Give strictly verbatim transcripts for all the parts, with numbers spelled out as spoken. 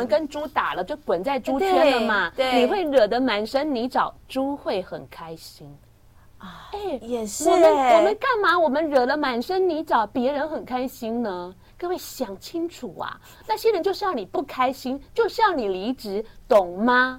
们跟猪打了就滚在猪圈了嘛，你会惹得满身泥沼，猪会很开心。 哎、欸，也是、 欸。我们我们干嘛？我们惹了满身泥沼，别人很开心呢？各位想清楚啊！那些人就是要你不开心，就是要你离职，懂吗？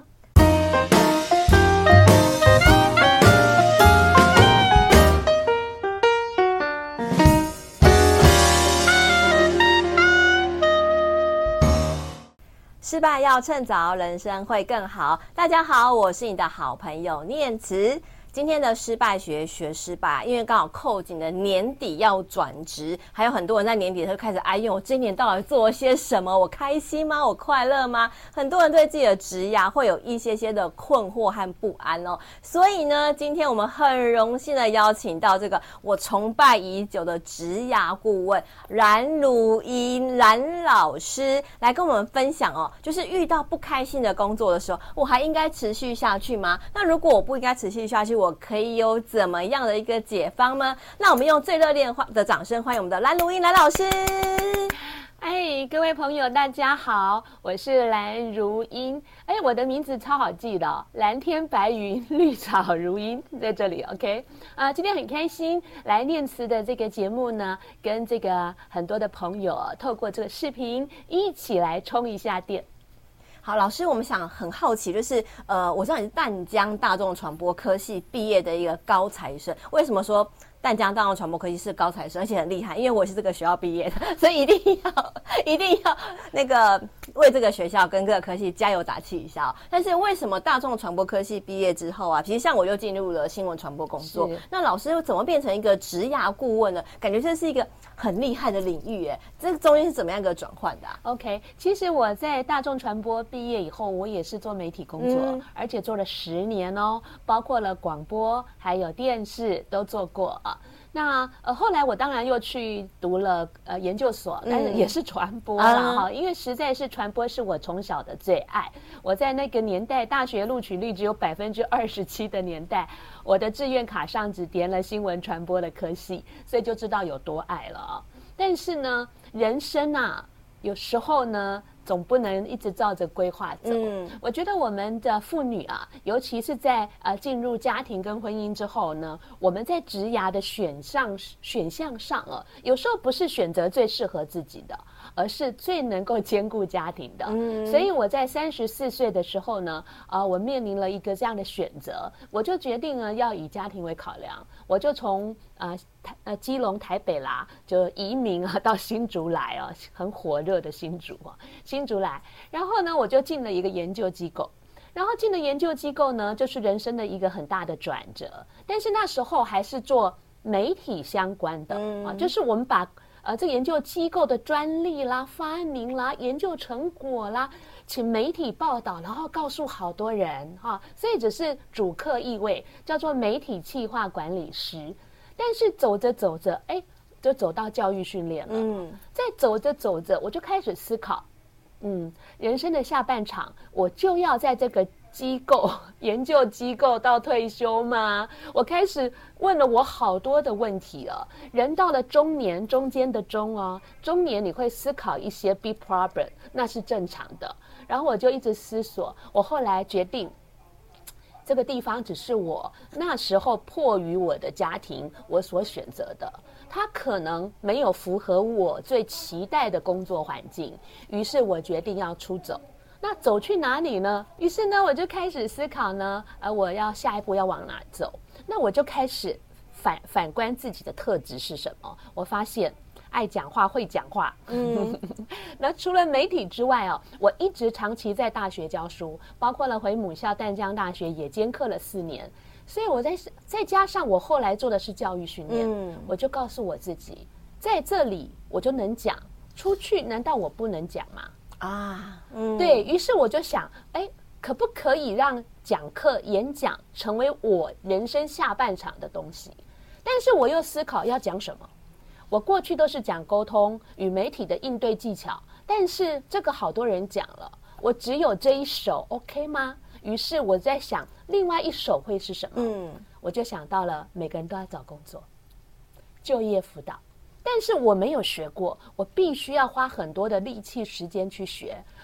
失败要趁早，人生会更好。大家好，我是你的好朋友念慈。今天的失败学学失败，因为刚好扣紧了年底要转职，还有很多人在年底就开始哀怨我今年到底做了些什么，我开心吗？我快乐吗？很多人对自己的职涯会有一些些的困惑和不安哦。所以呢，今天我们很荣幸的邀请到这个我崇拜已久的职涯顾问蓝如英蓝老师来跟我们分享哦，就是遇到不开心的工作的时候，我还应该持续下去吗？那如果我不应该持续下去，我我可以有怎么样的一个解方呢？那我们用最热烈的掌声欢迎我们的蓝如英蓝老师。 哎，各位朋友大家好，我是蓝如英。哎，我的名字超好记的、哦、蓝天白云绿草如茵，在这里 OK 啊、呃，今天很开心来念慈的这个节目呢，跟这个很多的朋友透过这个视频一起来充一下电。 好，老师，我们想很好奇，就是呃，我知道你是淡江大众传播科系毕业的一个高材生，为什么说淡江大众传播科系是高材生，而且很厉害？因为我也是这个学校毕业的，所以一定要一定要那个为这个学校跟这个科系加油打气一下、哦。但是为什么大众传播科系毕业之后啊，其实像我又进入了新闻传播工作，那老师又怎么变成一个职涯顾问呢？感觉这是一个很厉害的领域耶，这个中间是怎么样一个转换的、啊、 ？OK， 其实我在大众传播毕业以后，我也是做媒体工作，嗯、而且做了十年哦，包括了广播还有电视都做过啊。那呃后来我当然又去读了呃研究所，但是也是传播啦哈、嗯，因为实在是传播是我从小的最爱。我在那个年代，大学录取率只有百分之二十七的年代，我的志愿卡上只填了新闻传播的科系，所以就知道有多爱了啊。但是呢，人生啊，有时候呢，总不能一直照着规划走。嗯，我觉得我们的妇女啊，尤其是在呃进入家庭跟婚姻之后呢，我们在职涯的选项选项上啊，有时候不是选择最适合自己的，而是最能够兼顾家庭的。嗯，所以我在三十四岁的时候呢，啊、呃，我面临了一个这样的选择，我就决定呢要以家庭为考量，我就从啊。呃呃，基隆、台北啦，就移民啊，到新竹来啊，很火热的新竹啊，新竹来。然后呢，我就进了一个研究机构，然后进了研究机构呢，就是人生的一个很大的转折。但是那时候还是做媒体相关的、嗯、啊，就是我们把呃这个研究机构的专利啦、发明啦、研究成果啦，请媒体报道，然后告诉好多人哈、啊，所以只是主客意味，叫做媒体企划管理师。但是走着走着，哎，就走到教育训练了。嗯，再走着走着，我就开始思考，嗯，人生的下半场，我就要在这个机构、研究机构到退休吗？我开始问了我好多的问题了。人到了中年，中间的中哦，中年你会思考一些 big problem， 那是正常的。然后我就一直思索，我后来决定。这个地方只是我那时候迫于我的家庭我所选择的，它可能没有符合我最期待的工作环境，于是我决定要出走。那走去哪里呢？于是呢，我就开始思考呢，呃，我要下一步要往哪走？那我就开始反反观自己的特质是什么？我发现。爱讲话，会讲话。嗯，那除了媒体之外哦，我一直长期在大学教书，包括了回母校淡江大学也兼课了四年，所以我在再加上我后来做的是教育训练，嗯，我就告诉我自己，在这里我就能讲，出去难道我不能讲吗？啊，嗯，对，于是我就想，哎，可不可以让讲课、演讲成为我人生下半场的东西？但是我又思考要讲什么。我过去都是讲沟通与媒体的应对技巧，但是这个好多人讲了，我只有这一手 OK 吗？于是我在想另外一手会是什么，嗯，我就想到了每个人都要找工作，就业辅导，但是我没有学过，我必须要花很多的力气时间去学，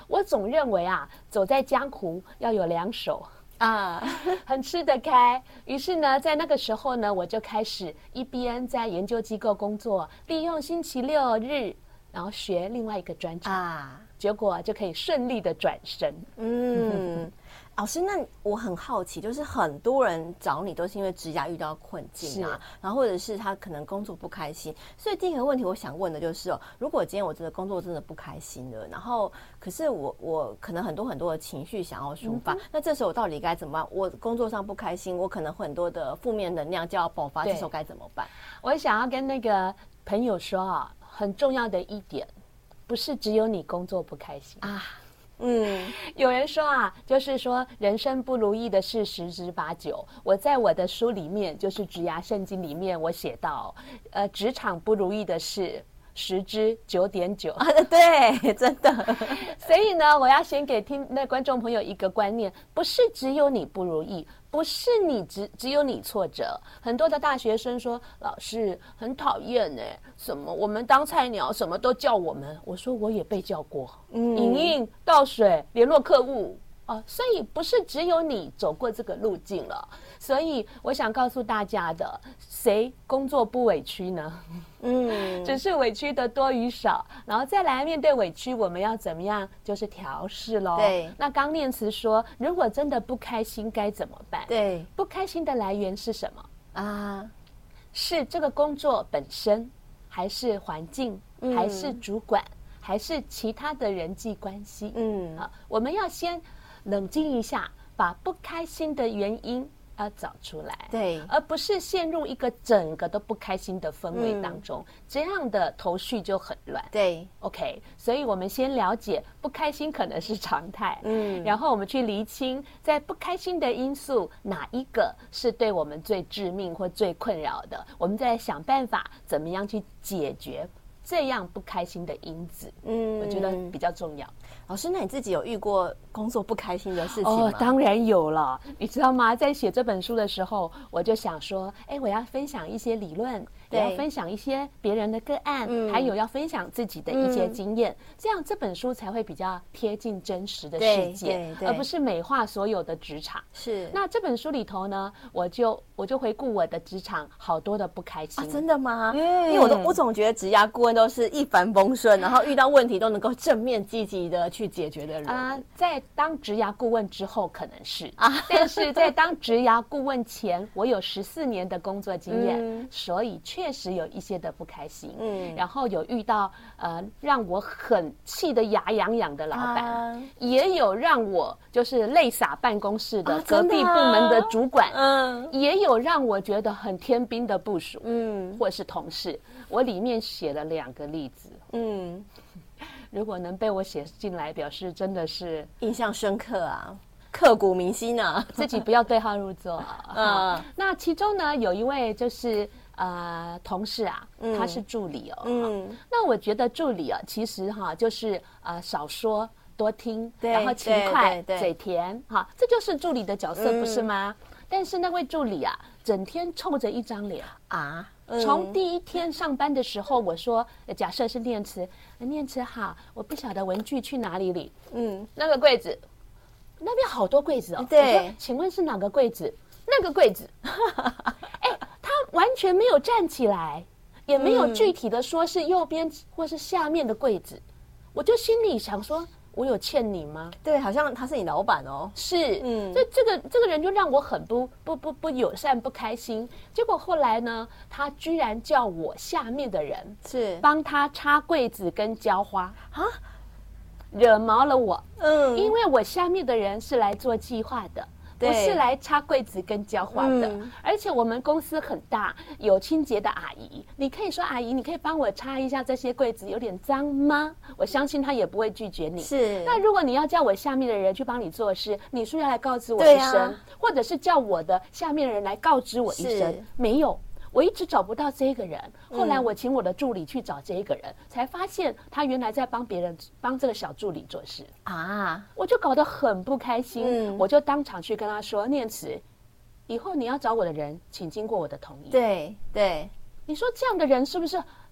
我总认为啊，走在江湖要有两手啊， 很吃得开。于是呢，在那个时候呢，我就开始一边在研究机构工作，利用星期六日，然后学另外一个专长啊，结果就可以顺利的转身。 嗯。老师，那我很好奇，就是很多人找你都是因为职涯遇到困境啊，然后或者是他可能工作不开心，所以第一个问题我想问的就是哦，如果今天我这个工作真的不开心了，然后可是我我可能很多很多的情绪想要抒发，嗯、那这时候我到底该怎么办？我工作上不开心，我可能很多的负面能量就要爆发，这时候该怎么办？ 我想要跟那个朋友说啊，很重要的一点，不是只有你工作不开心啊。嗯，有人说啊，就是说人生不如意的事十之八九。我在我的书里面，就是《职涯圣经》里面，我写到，呃，职场不如意的事十之九点九。 对，真的。 所以呢，我要先给听那观众朋友一个观念，不是只有你不如意。不是你只只有你挫折，很多的大学生说老师很讨厌哎，什么我们当菜鸟什么都叫我们，我说我也被叫过，嗯，影印、倒水、联络客户啊，所以不是只有你走过这个路径了。所以我想告诉大家的，谁工作不委屈呢？嗯，只是委屈的多与少，然后再来面对委屈，我们要怎么样？就是调试咯。 对。 那刚念慈说，如果真的不开心该怎么办？ 对。 不开心的来源是什么啊？ 是这个工作本身，还是环境，嗯、还是主管，还是其他的人际关系？嗯，啊，我们要先冷静一下，把不开心的原因要找出来， 对， 而不是陷入一个整个都不开心的氛围当中，嗯、这样的头绪就很乱。 对 ，OK， 所以我们先了解不开心可能是常态，嗯，然后我们去厘清在不开心的因素哪一个是对我们最致命或最困扰的，我们再来想办法怎么样去解决这样不开心的因子。嗯，我觉得比较重要。 老师，那你自己有遇过工作不开心的事情吗？ 哦，当然有了。你知道吗？在写这本书的时候，我就想说，哎，我要分享一些理论，也要分享一些别人的个案，嗯、还有要分享自己的一些经验，嗯、这样这本书才会比较贴近真实的世界，而不是美化所有的职场。 是。 那这本书里头呢，我就我就回顾我的职场好多的不开心。 啊，真的吗？嗯，因为我都我总觉得职涯顾问都是一帆风顺，然后遇到问题都能够正面积极的去解决的人啊，在当职涯顾问之后可能是啊，但是在当职涯顾问前，我有十四年的工作经验，嗯、所以确实有一些的不开心，嗯，然后有遇到呃让我很气得牙痒痒的老板，啊、也有让我就是泪洒办公室的隔壁部门的主管，嗯、啊，也有让我觉得很天兵的部属，嗯，或是同事，我里面写了两个例子，嗯。如果能被我写进来，表示真的是印象深刻啊，刻骨铭心啊， 自己不要对号入座啊。嗯，那其中呢，有一位就是呃同事啊，嗯、他是助理哦。嗯，那我觉得助理啊，其实哈、啊，就是呃少说多听，然后勤快，嘴甜，哈，这就是助理的角色，嗯、不是吗？但是那位助理啊，整天臭着一张脸啊。从第一天上班的时候，我说，假设是念慈，念慈好，我不晓得文具去哪里里，嗯，那个柜子，那边好多柜子哦， 对， 请问是哪个柜子？那个柜子，哎，他完全没有站起来，也没有具体的说是右边或是下面的柜子，我就心里想说，我有欠你吗？ 对，好像他是你老板哦。 是，嗯，所以这个这个人就让我很不不不不友善、不开心。结果后来呢，他居然叫我下面的人是帮他擦柜子跟浇花啊，惹毛了我。嗯，因为我下面的人是来做计划的。不是来擦柜子跟浇花的，嗯、而且我们公司很大，有清洁的阿姨。你可以说阿姨，你可以帮我擦一下这些柜子，有点脏吗？我相信她也不会拒绝你。 是。 那如果你要叫我下面的人去帮你做事，你是不是要来告知我一声，啊、或者是叫我的下面的人来告知我一声？没有。我一直找不到这个人，后来我请我的助理去找这个人，嗯、才发现他原来在帮别人帮这个小助理做事啊，我就搞得很不开心，嗯、我就当场去跟他说：“念慈，以后你要找我的人，请经过我的同意。” 对对， 你说这样的人是不是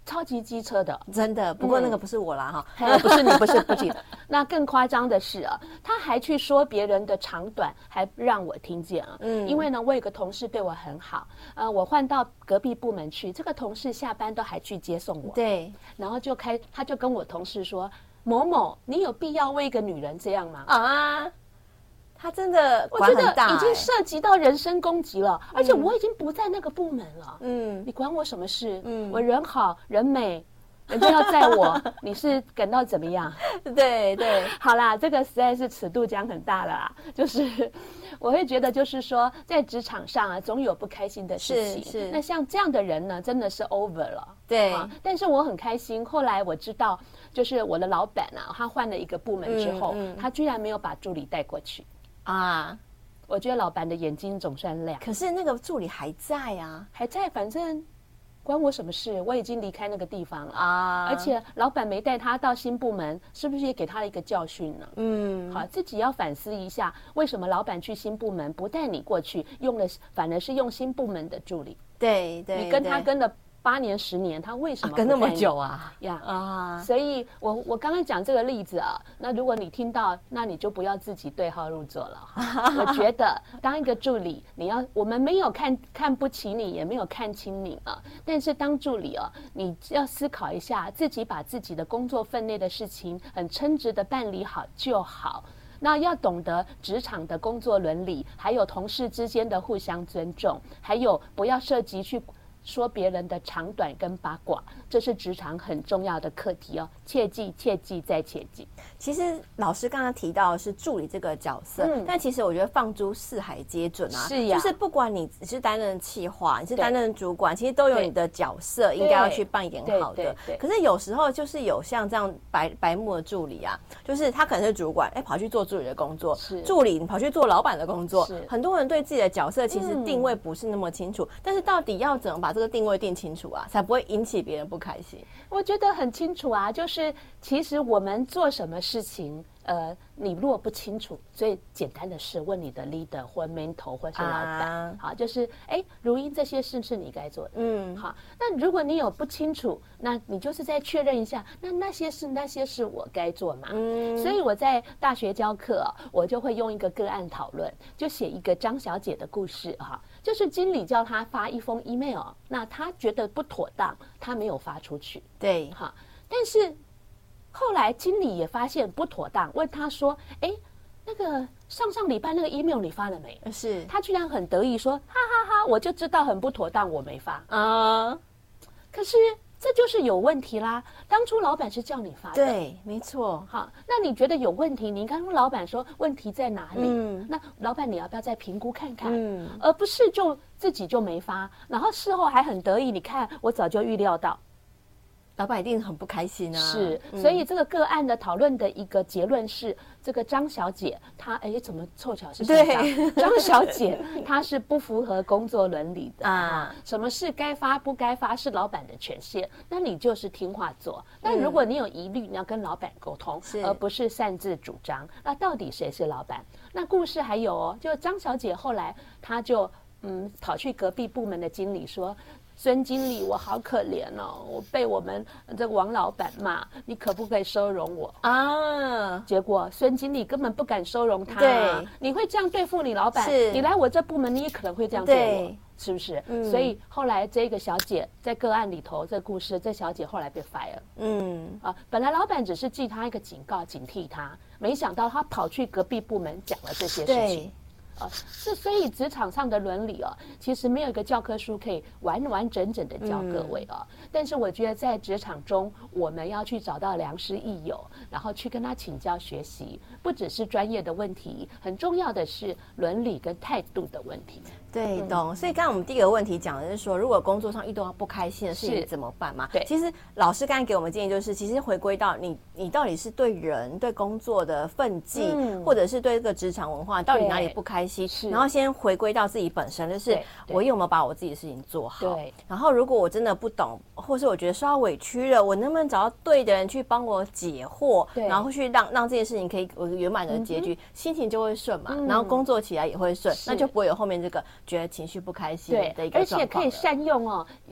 超级机车的， 真的。不过那个不是我啦哈、 嗯，不是你，不是不是。那更夸张的是啊，他还去说别人的长短，还让我听见啊。嗯，因为呢，我有个同事对我很好，呃，我换到隔壁部门去，这个同事下班都还去接送我。 对， 然后就开，他就跟我同事说：“某某，你有必要为一个女人这样吗？” 啊。他真的我觉得管很大欸， 已经涉及到人身攻击了，而且我已经不在那个部门了。嗯，你管我什么事？嗯，我人好人美，人家要载我，你是感到怎么样？ 对对， 好啦，这个实在是尺度讲很大了啦。就是我会觉得，就是说在职场上啊，总有不开心的事情。 是是。 那像这样的人呢，真的是 over 了。 对、 啊。但是我很开心，后来我知道，就是我的老板啊，他换了一个部门之后，嗯嗯、他居然没有把助理带过去。啊，我觉得老板的眼睛总算亮。 可是那个助理还在啊， 还在，反正关我什么事？我已经离开那个地方了啊！而且老板没带他到新部门，是不是也给他了一个教训呢？嗯，好，自己要反思一下，为什么老板去新部门不带你过去，用了反而是用新部门的助理？ 对对， 你跟他跟了八年十年，他为什么、 啊、跟那么久啊？ 呀啊！所以我我刚刚讲这个例子啊，那如果你听到，那你就不要自己对号入座了。我觉得当一个助理，你要我们没有看看不起你，也没有看轻你啊。但是当助理啊，你要思考一下，自己把自己的工作分内的事情很称职的办理好就好。那要懂得职场的工作伦理，还有同事之间的互相尊重，还有不要涉及去说别人的长短跟八卦，这是职场很重要的课题哦，切记切记再切记。 其实老师刚刚提到的是助理这个角色，嗯、但其实我觉得放诸四海皆准啊， 是呀， 就是不管你是担任企划，你是担任主管，其实都有你的角色应该要去扮演好的。可是有时候就是有像这样白白目的助理啊，就是他可能是主管，哎，跑去做助理的工作，助理你跑去做老板的工作，很多人对自己的角色其实定位不是那么清楚，嗯、但是到底要怎么把这个定位定清楚啊，才不会引起别人不开心？ 我觉得很清楚啊，就是其实我们做什么事情，呃，你如果不清楚，最简单的是问你的 leader 或 mentor 或是老板，啊、好，就是哎，如英这些事是你该做的，嗯，好，那如果你有不清楚，那你就是再确认一下，那那些事那些是我该做嘛，嗯，所以我在大学教课，我就会用一个个案讨论，就写一个张小姐的故事哈。就是经理叫他发一封 email， 那他觉得不妥当，他没有发出去。 对， 哈，但是后来经理也发现不妥当，问他说：“哎，那个上上礼拜那个 email 你发了没？” 是， 他居然很得意说：“哈哈哈，我就知道很不妥当，我没发啊。”可是这就是有问题啦。当初老板是叫你发的， 对，没错。 好，那你觉得有问题，你应该跟老板说问题在哪里？嗯，那老板你要不要再评估看看？嗯，而不是就自己就没发，然后事后还很得意。你看，我早就预料到。 老板一定很不开心啊！ 是，所以这个个案的讨论的一个结论是，这个张小姐她哎，怎么凑巧是对张小姐，她是不符合工作伦理的啊。什么事该发不该发是老板的权限，那你就是听话做。但如果你有疑虑，你要跟老板沟通，而不是擅自主张。那到底谁是老板？那故事还有哦，就张小姐后来她就嗯跑去隔壁部门的经理说。孙经理，我好可怜哦，我被我们这个王老板骂，你可不可以收容我啊？结果孙经理根本不敢收容他。对，你会这样对付你老板？是，你来我这部门，你也可能会这样对我，是不是？嗯。所以后来这个小姐在个案里头，这故事，这小姐后来被 fire。嗯。啊，本来老板只是记他一个警告，警惕他，没想到他跑去隔壁部门讲了这些事情。啊，是，所以职场上的伦理哦，其实没有一个教科书可以完完整整的教各位哦。嗯、但是我觉得在职场中，我们要去找到良师益友，然后去跟他请教学习，不只是专业的问题，很重要的是伦理跟态度的问题。 对，懂。所以刚刚我们第一个问题讲的是说，如果工作上遇到不开心的事情怎么办嘛？对，其实老师刚才给我们建议就是，其实回归到你，你到底是对人、对工作的分际，嗯、或者是对这个职场文化到底哪里不开心，然后先回归到自己本身，就是我有没有把我自己的事情做好？对。然后如果我真的不懂，或是我觉得受到委屈了，我能不能找到对的人去帮我解惑？对。然后去让让这件事情可以有个圆满的结局，嗯、心情就会顺嘛，嗯、然后工作起来也会顺，那就不会有后面这个。觉得情绪不开心的一个状况， 而且可以善用哦，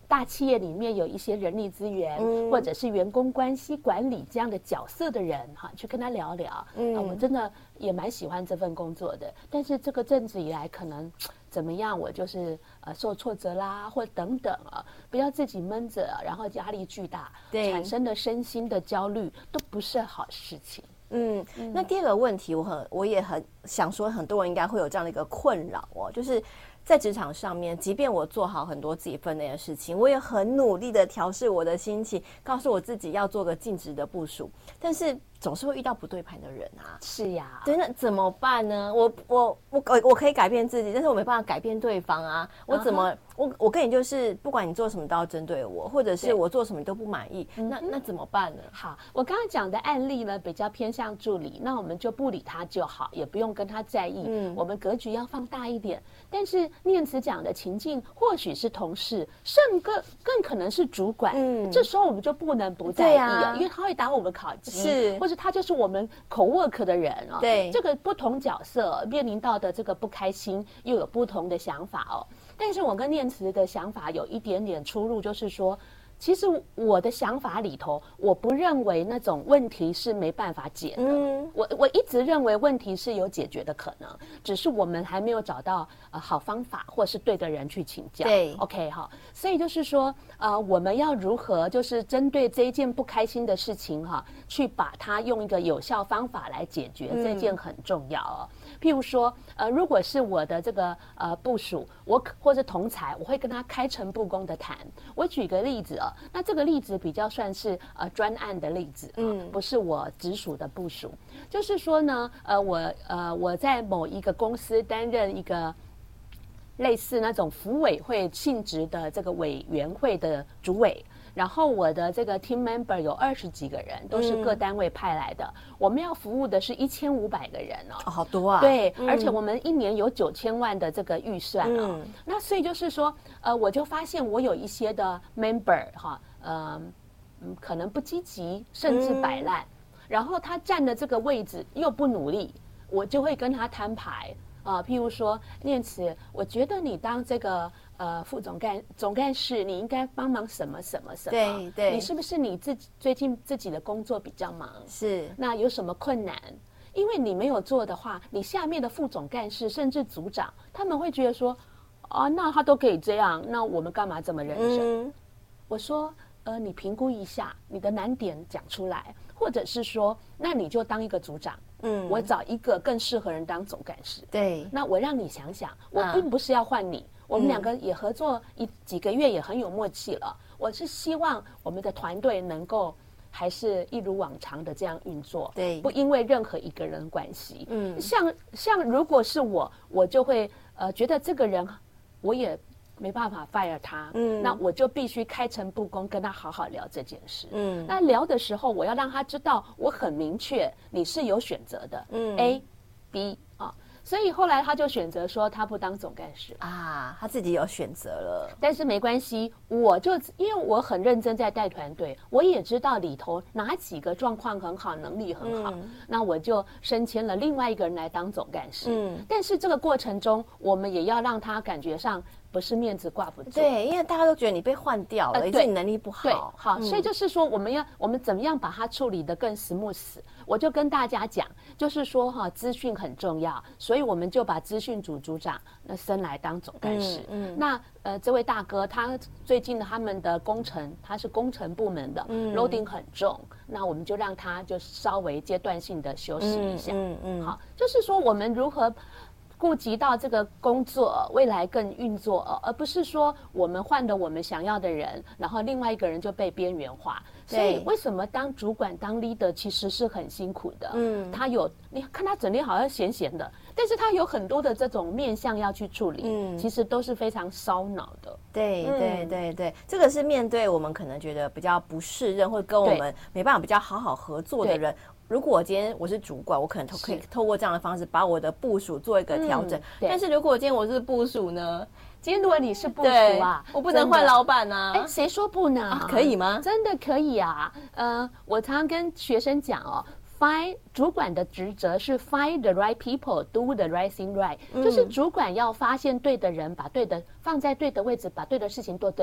大企业里面有一些人力资源、嗯、或者是员工关系管理这样的角色的人哈，去跟他聊聊。嗯、呃，我真的也蛮喜欢这份工作的，但是这个阵子以来可能怎么样，我就是呃受挫折啦，或等等啊，不要自己闷着，然后压力巨大，产生的身心的焦虑都不是好事情。 嗯，那第二个问题，我很我也很想说，很多人应该会有这样的一个困扰哦，就是在职场上面，即便我做好很多自己分内的事情，我也很努力的调试我的心情，告诉我自己要做个尽职的部署，但是总是会遇到不对盘的人啊。 是呀， 对，那怎么办呢？我我我我可以改变自己，但是我没办法改变对方啊。我怎么、uh-huh. 我我跟你就是，不管你做什么都要针对我，或者是我做什么都不满意，那那怎么办呢？ 好，我刚刚讲的案例呢，比较偏向助理，那我们就不理他就好，也不用跟他在意。嗯，我们格局要放大一点。但是念慈讲的情境，或许是同事，甚更更可能是主管。嗯，这时候我们就不能不在意啊，因为他会打我们考绩，是，或者他就是我们co-work的人啊。 对， 这个不同角色面临到的这个不开心，又有不同的想法哦。但是我跟念慈的想法有一点点出入，就是说，其实我的想法里头，我不认为那种问题是没办法解的。嗯，我我一直认为问题是有解决的可能，只是我们还没有找到呃好方法，或是对的人去请教。 对 ，OK 哈，所以就是说，呃，我们要如何就是针对这一件不开心的事情哈，去把它用一个有效方法来解决，嗯、这件很重要哦。譬如说，呃，如果是我的这个呃部属，我或者同才，我会跟他开诚布公的谈。我举个例子哦，那这个例子比较算是呃专案的例子，嗯，不是我直属的部属。就是说呢，呃，我呃我在某一个公司担任一个类似那种福委会性质的这个委员会的主委。然后我的这个 team member 有二十几个人，都是各单位派来的。嗯、我们要服务的是一千五百个人哦， 哦好多啊！ 对、嗯，而且我们一年有九千万的这个预算哦。嗯、那所以就是说，呃，我就发现我有一些的 member 哈，呃，嗯，可能不积极，甚至摆烂。嗯、然后他站的这个位置又不努力，我就会跟他摊牌啊、呃，譬如说，念慈，我觉得你当这个。呃，副总干总干事，你应该帮忙什么什么什么？ 对对， 你是不是你自己最近自己的工作比较忙？ 是， 那有什么困难？因为你没有做的话，你下面的副总干事甚至组长，他们会觉得说，啊，那他都可以这样，那我们干嘛这么认真？嗯、我说，呃，你评估一下你的难点讲出来，或者是说，那你就当一个组长。嗯，我找一个更适合人当总干事。 对， 那我让你想想，我并不是要换你。嗯我们两个也合作一几个月，也很有默契了。我是希望我们的团队能够还是一如往常的这样运作， 对， 不因为任何一个人关系。嗯，像像如果是我，我就会呃觉得这个人我也没办法 fire 他，嗯，那我就必须开诚布公跟他好好聊这件事。嗯，那聊的时候，我要让他知道我很明确，你是有选择的，嗯 ，A、B 啊。所以后来他就选择说他不当总干事啊，他自己有选择了。 但是没关系，我就因为我很认真在带团队，我也知道里头哪几个状况很好，能力很好，嗯、那我就升迁了另外一个人来当总干事。嗯，但是这个过程中，我们也要让他感觉上不是面子挂不住。 对，因为大家都觉得你被换掉了，呃、对，你能力不好。 对，好，嗯、所以就是说我们要我们怎么样把它处理得更smooth。我就跟大家讲，就是说哈，资讯很重要，所以我们就把资讯组组长那升来当总干事。嗯，嗯那呃，这位大哥他最近他们的工程，他是工程部门的、嗯、，loading 很重，那我们就让他就稍微阶段性的休息一下。嗯 嗯, 嗯，好，就是说我们如何顾及到这个工作未来更运作，而不是说我们换了我们想要的人，然后另外一个人就被边缘化。所以为什么当主管当 leader 其实是很辛苦的？嗯，他有你看他整天好像闲闲的，但是他有很多的这种面向要去处理，嗯，其实都是非常烧脑的。 对、嗯、对对对，这个是面对我们可能觉得比较不适任，或跟我们没办法比较好好合作的人。如果我今天我是主管，我可能透可以透过这样的方式把我的部署做一个调整。嗯、但是如果今天我是部属呢？ 今天如果你是部属啊， 我不能换老板啊！ 哎，谁说不能、 啊？可以吗？ 真的可以啊！呃，我常常跟学生讲哦 ，find 主管的职责是 find the right people, do the right thing right，、嗯、就是主管要发现对的人，把对的放在对的位置，把对的事情做对。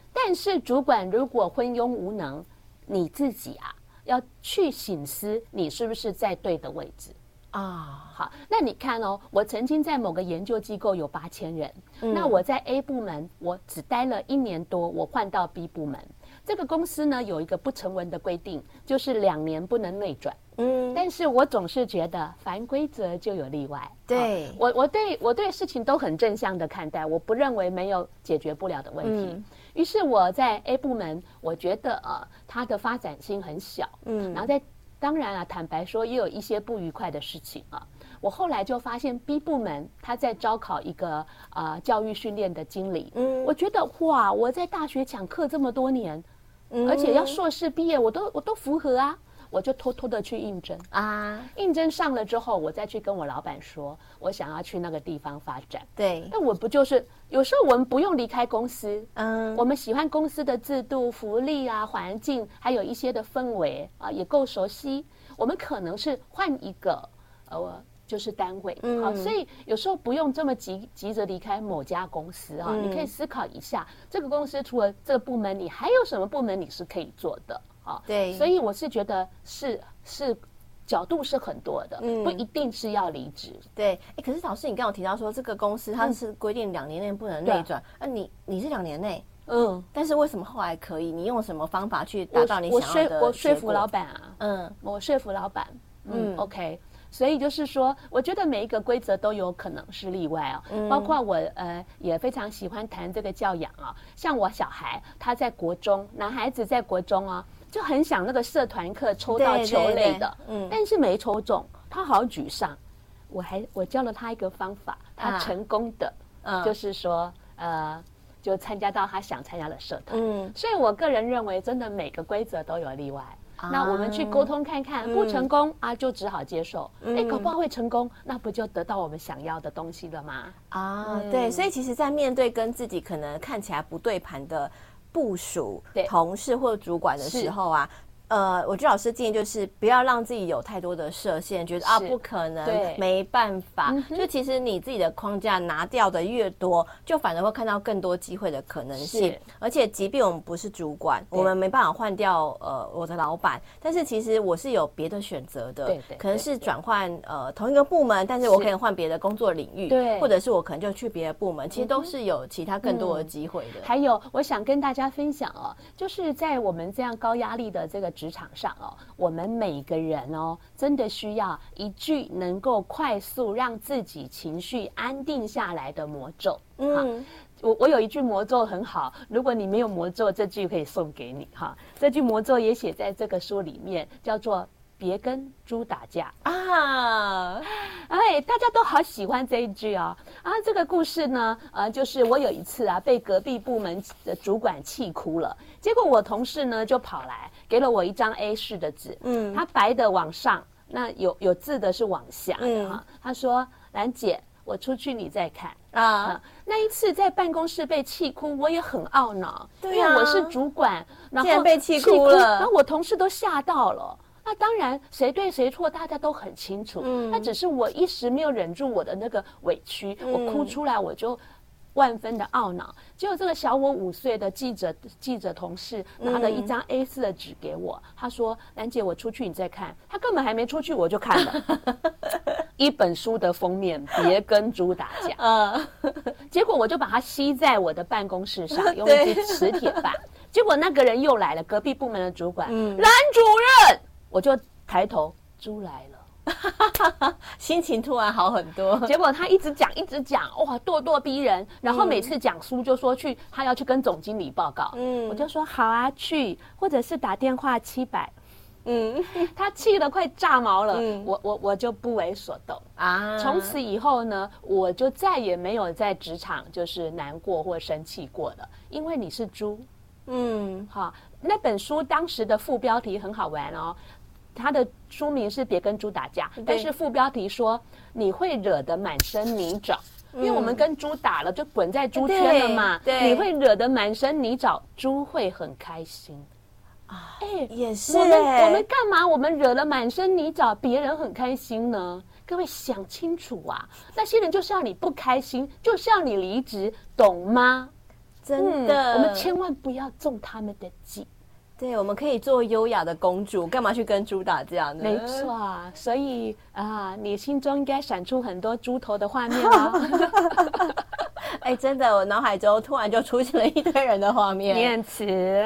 但是主管如果昏庸无能，你自己啊要去省思，你是不是在对的位置啊？好，那你看哦，我曾经在某个研究机构有八千人，嗯、那我在 A 部门我只待了一年多，我换到 B 部门。这个公司呢有一个不成文的规定，就是两年不能内转。嗯，但是我总是觉得凡规则就有例外。 对， 啊、我我对我对事情都很正向的看待，我不认为没有解决不了的问题。嗯、于是我在 A 部门，我觉得呃它的发展性很小。嗯，然后在当然啊，坦白说也有一些不愉快的事情啊。我后来就发现 B 部门他在招考一个呃教育训练的经理。嗯，我觉得哇，我在大学讲课这么多年，嗯、而且要硕士毕业，我都我都符合啊。我就偷偷的去应征啊，应征上了之后，我再去跟我老板说，我想要去那个地方发展。 对， 那我不就是有时候我们不用离开公司，嗯，我们喜欢公司的制度、福利啊、环境，还有一些的氛围啊，也够熟悉。我们可能是换一个呃，就是单位，嗯，好，所以有时候不用这么急急着离开某家公司啊，嗯，你可以思考一下，这个公司除了这个部门，你还有什么部门你是可以做的？ 对， 所以我是觉得是是角度是很多的，嗯，不一定是要离职。 对，哎，可是老师，你刚刚有提到说这个公司它是规定两年内不能内转，那、嗯啊、你你是两年内，嗯，但是为什么后来可以？你用什么方法去达到你想要的？ 我说我说服老板啊，嗯，我说服老板，嗯, 嗯 ，OK。所以就是说，我觉得每一个规则都有可能是例外啊、哦，嗯、包括我呃也非常喜欢谈这个教养啊、哦。像我小孩他在国中，男孩子在国中啊、哦，就很想那个社团课抽到球类的，嗯，但是没抽中，他好沮丧。我还我教了他一个方法，他成功的，啊、就是说呃。就参加到他想参加的社团，嗯，所以我个人认为，真的每个规则都有例外。啊、那我们去沟通看看，不成功、嗯、啊，就只好接受。哎、嗯，搞不好会成功，那不就得到我们想要的东西了吗？ 啊，嗯、对，所以其实，在面对跟自己可能看起来不对盘的部属、同事或主管的时候啊。呃，我觉得老师建议就是不要让自己有太多的设限，觉得啊不可能，没办法。嗯、就其实你自己的框架拿掉的越多，就反而会看到更多机会的可能性。而且，即便我们不是主管，我们没办法换掉呃我的老板，但是其实我是有别的选择的，对对，可能是转换呃同一个部门，但是我可以换别的工作领域，对，或者是我可能就去别的部门，其实都是有其他更多的机会的。 嗯、还有，我想跟大家分享哦，就是在我们这样高压力的这个职场上哦，我们每个人哦，真的需要一句能够快速让自己情绪安定下来的魔咒。嗯，我我有一句魔咒很好，如果你没有魔咒，这句可以送给你哈。这句魔咒也写在这个书里面，叫做“别跟猪打架”啊。哎，大家都好喜欢这一句哦。啊，这个故事呢，呃，就是我有一次啊，被隔壁部门的主管气哭了。结果我同事呢就跑来给了我一张 A 四 的纸，嗯，它白的往上，那有有字的是往下的哈、嗯。他说：“兰姐，我出去你再看啊。啊”那一次在办公室被气哭，我也很懊恼，对啊、因为我是主管，然后被气哭了， 然后我同事都吓到了。那当然，谁对谁错，大家都很清楚。嗯，那只是我一时没有忍住我的那个委屈，嗯、我哭出来，我就。万分的懊恼，结果这个小我五岁的记者记者同事拿了一张 A 四 的纸给我，他说：“兰姐，我出去你再看。”他根本还没出去，我就看了一本书的封面，别跟猪打架。嗯，结果我就把它吸在我的办公室上，用一支磁铁板。结果那个人又来了，隔壁部门的主管，嗯、兰主任，我就抬头，猪来了。 心情突然好很多， 结果他一直讲一直讲，哇，咄咄逼人。然后每次讲书就说去，他要去跟总经理报告。嗯，我就说好啊，去，或者是打电话七百。嗯，他气得快炸毛了，嗯、我我我就不为所动啊。从此以后呢，我就再也没有在职场就是难过或生气过了，因为你是猪。嗯，好，那本书当时的副标题很好玩哦。他的书名是别跟猪打架，但是副标题说你会惹得满身泥沼，嗯、因为我们跟猪打了就滚在猪圈了嘛，你会惹得满身泥沼，猪会很开心啊。哎， 也是我们我们干嘛？我们惹了满身泥沼，别人很开心呢？各位想清楚啊，那些人就是要你不开心，就是要你离职，懂吗？ 真的、 嗯，我们千万不要中他们的计。 对，我们可以做优雅的公主，干嘛去跟猪打架呢？ 没错啊，所以啊，你心中应该闪出很多猪头的画面啊。 哎，真的，我脑海中突然就出现了一堆人的画面。 念慈，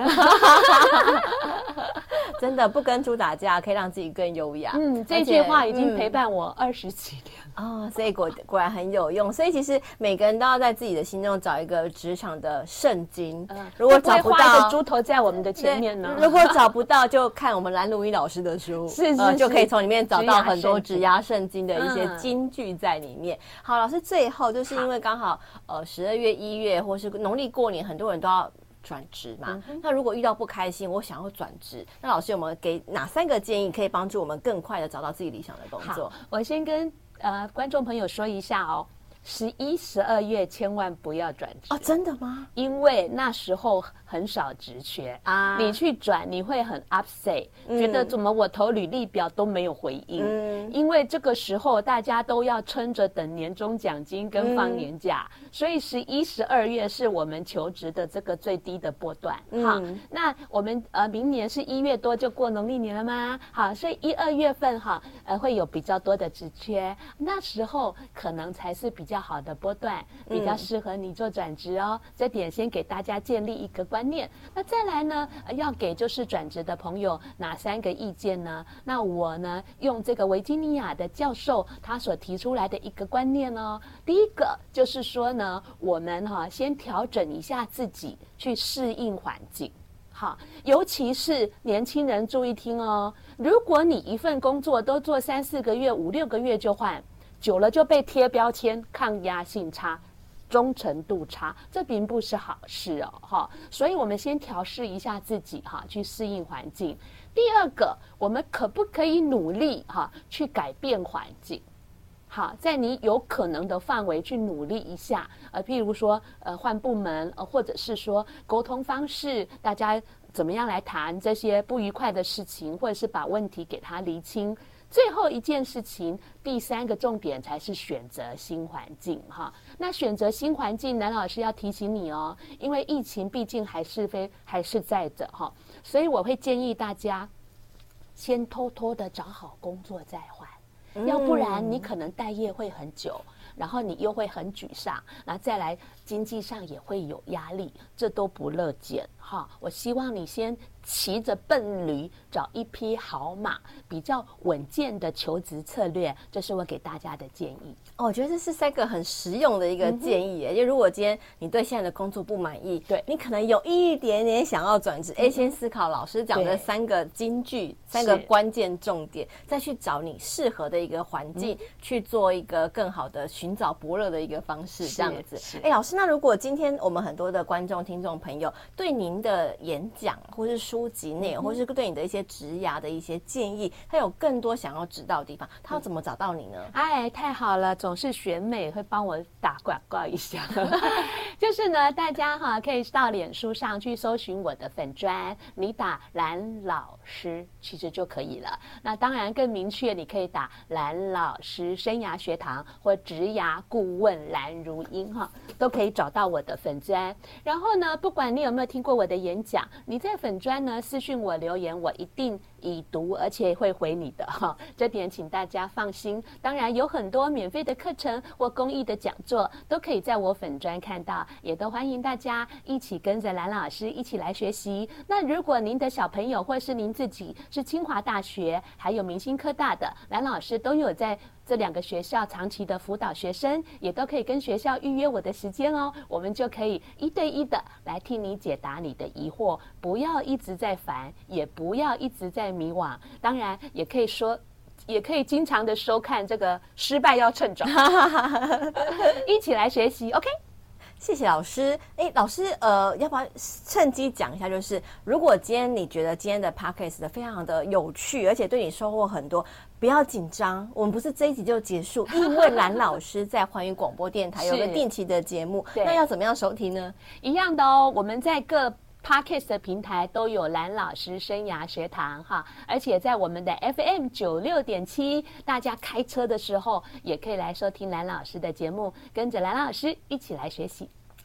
真的不跟猪打架，可以让自己更优雅。 嗯，这句话已经陪伴我二十几年了。 哦，所以果果然很有用。所以其实每个人都要在自己的心中找一个职场的圣经。 嗯， 如果找不到， 画一个猪头在我们的前面呢。 如果找不到，就看我们蓝如一老师的书， 是是是、 呃，就可以从里面找到很多职涯圣经的一些金句在里面。嗯、好，老师最后就是因为刚好呃十二月、一月或是农历过年，很多人都要转职嘛、嗯。那如果遇到不开心，我想要转职，那老师有没有给哪三个建议，可以帮助我们更快的找到自己理想的工作？ 我先跟呃观众朋友说一下哦。十一、十二月千万不要转职哦，真的吗？ 因为那时候很少职缺啊，你去转你会很 upset，、嗯、觉得怎么我投履历表都没有回应、嗯，因为这个时候大家都要撑着等年终奖金跟放年假，嗯、所以十一、十二月是我们求职的这个最低的波段。嗯、好，那我们呃明年是一月多就过农历年了吗？好，所以一二月份哈呃会有比较多的职缺，那时候可能才是比较。比较好的波段，比较适合你做转职哦、嗯。这点先给大家建立一个观念。那再来呢，要给就是转职的朋友哪三个意见呢？那我呢，用这个维吉尼亚的教授他所提出来的一个观念哦。第一个就是说呢，我们哈、啊、先调整一下自己，去适应环境。好，尤其是年轻人注意听哦。如果你一份工作都做三四个月、五六个月就换。久了就被贴标签，抗压性差，忠诚度差，这并不是好事哦，哈。所以我们先调试一下自己哈，去适应环境。第二个，我们可不可以努力哈，去改变环境？好，在你有可能的范围去努力一下，呃，譬如说呃换部门，呃，或者是说沟通方式，大家怎么样来谈这些不愉快的事情，或者是把问题给它厘清。最后一件事情，第三个重点才是选择新环境哈。那选择新环境，蓝老师要提醒你哦，因为疫情毕竟还是非还是在着哈，所以我会建议大家先偷偷的找好工作再换，嗯、要不然你可能待业会很久，然后你又会很沮丧，然后再来经济上也会有压力，这都不乐见哈。我希望你先骑着笨驴找一匹好马，比较稳健的求职策略，这是我给大家的建议。 哦，我觉得这是三个很实用的一个建议耶。因为如果今天你对现在的工作不满意，对你可能有一点点想要转职，哎、嗯，先思考老师讲的三个金句，三个关键重点，再去找你适合的一个环境、嗯，去做一个更好的寻找伯乐的一个方式，这样子。哎，老师，那如果今天我们很多的观众、听众朋友对您的演讲或是书籍内容、嗯，或是对你的一些职涯的一些建议，他有更多想要知道的地方，他要怎么找到你呢？ 哎，太好了，总是选美会帮我打广告一下。就是呢，大家哈可以到脸书上去搜寻我的粉专，你打蓝老师其实就可以了。那当然更明确，你可以打蓝老师生涯学堂或职涯顾问蓝如英哈，都可以找到我的粉专。然后呢，不管你有没有听过我的演讲，你在粉专呢私讯我留言，我一定已读，而且会回你的哈，这点请大家放心。当然有很多免费的课程或公益的讲座，都可以在我粉专看到，也都欢迎大家一起跟着蓝老师一起来学习。那如果您的小朋友或是您自己是清华大学还有明星科大的，蓝老师都有在这两个学校长期的辅导学生，也都可以跟学校预约我的时间哦，我们就可以一对一的来替你解答你的疑惑，不要一直在烦，也不要一直在迷惘，当然也可以说也可以经常的收看这个失败要趁早一起来学习 OK。 谢谢老师。哎，老师，呃，要不要趁机讲一下？就是如果今天你觉得今天的 podcast 非常的有趣，而且对你收获很多，不要紧张，我们不是这一集就结束，因为蓝老师在环宇广播电台有个定期的节目，那要怎么样收听呢？ 一样的哦，我们在各Podcast 的平台都有蓝老师生涯学堂哈，而且在我们的 F M 九六点七，大家开车的时候也可以来收听蓝老师的节目，跟着蓝老师一起来学习。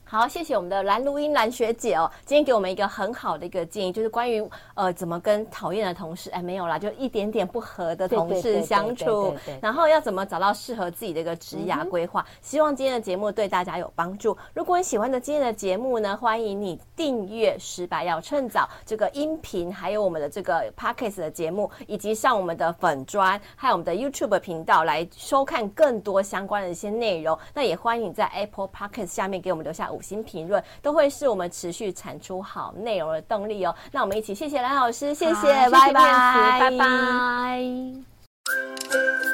好，谢谢我们的蓝如英蓝学姐哦，今天给我们一个很好的一个建议，就是关于呃怎么跟讨厌的同事，哎没有啦，就一点点不合的同事相处，然后要怎么找到适合自己的一个职涯规划。嗯、希望今天的节目对大家有帮助。如果你喜欢的今天的节目呢，欢迎你订阅《失败要趁早》这个音频，还有我们的这个 Podcast 的节目，以及上我们的粉专，还有我们的 YouTube 频道来收看更多相关的一些内容。那也欢迎你在 Apple Podcast 下面给我们留下五星评论，都会是我们持续产出好内容的动力哦。那我们一起谢谢蓝老师，谢谢，拜拜， 拜拜。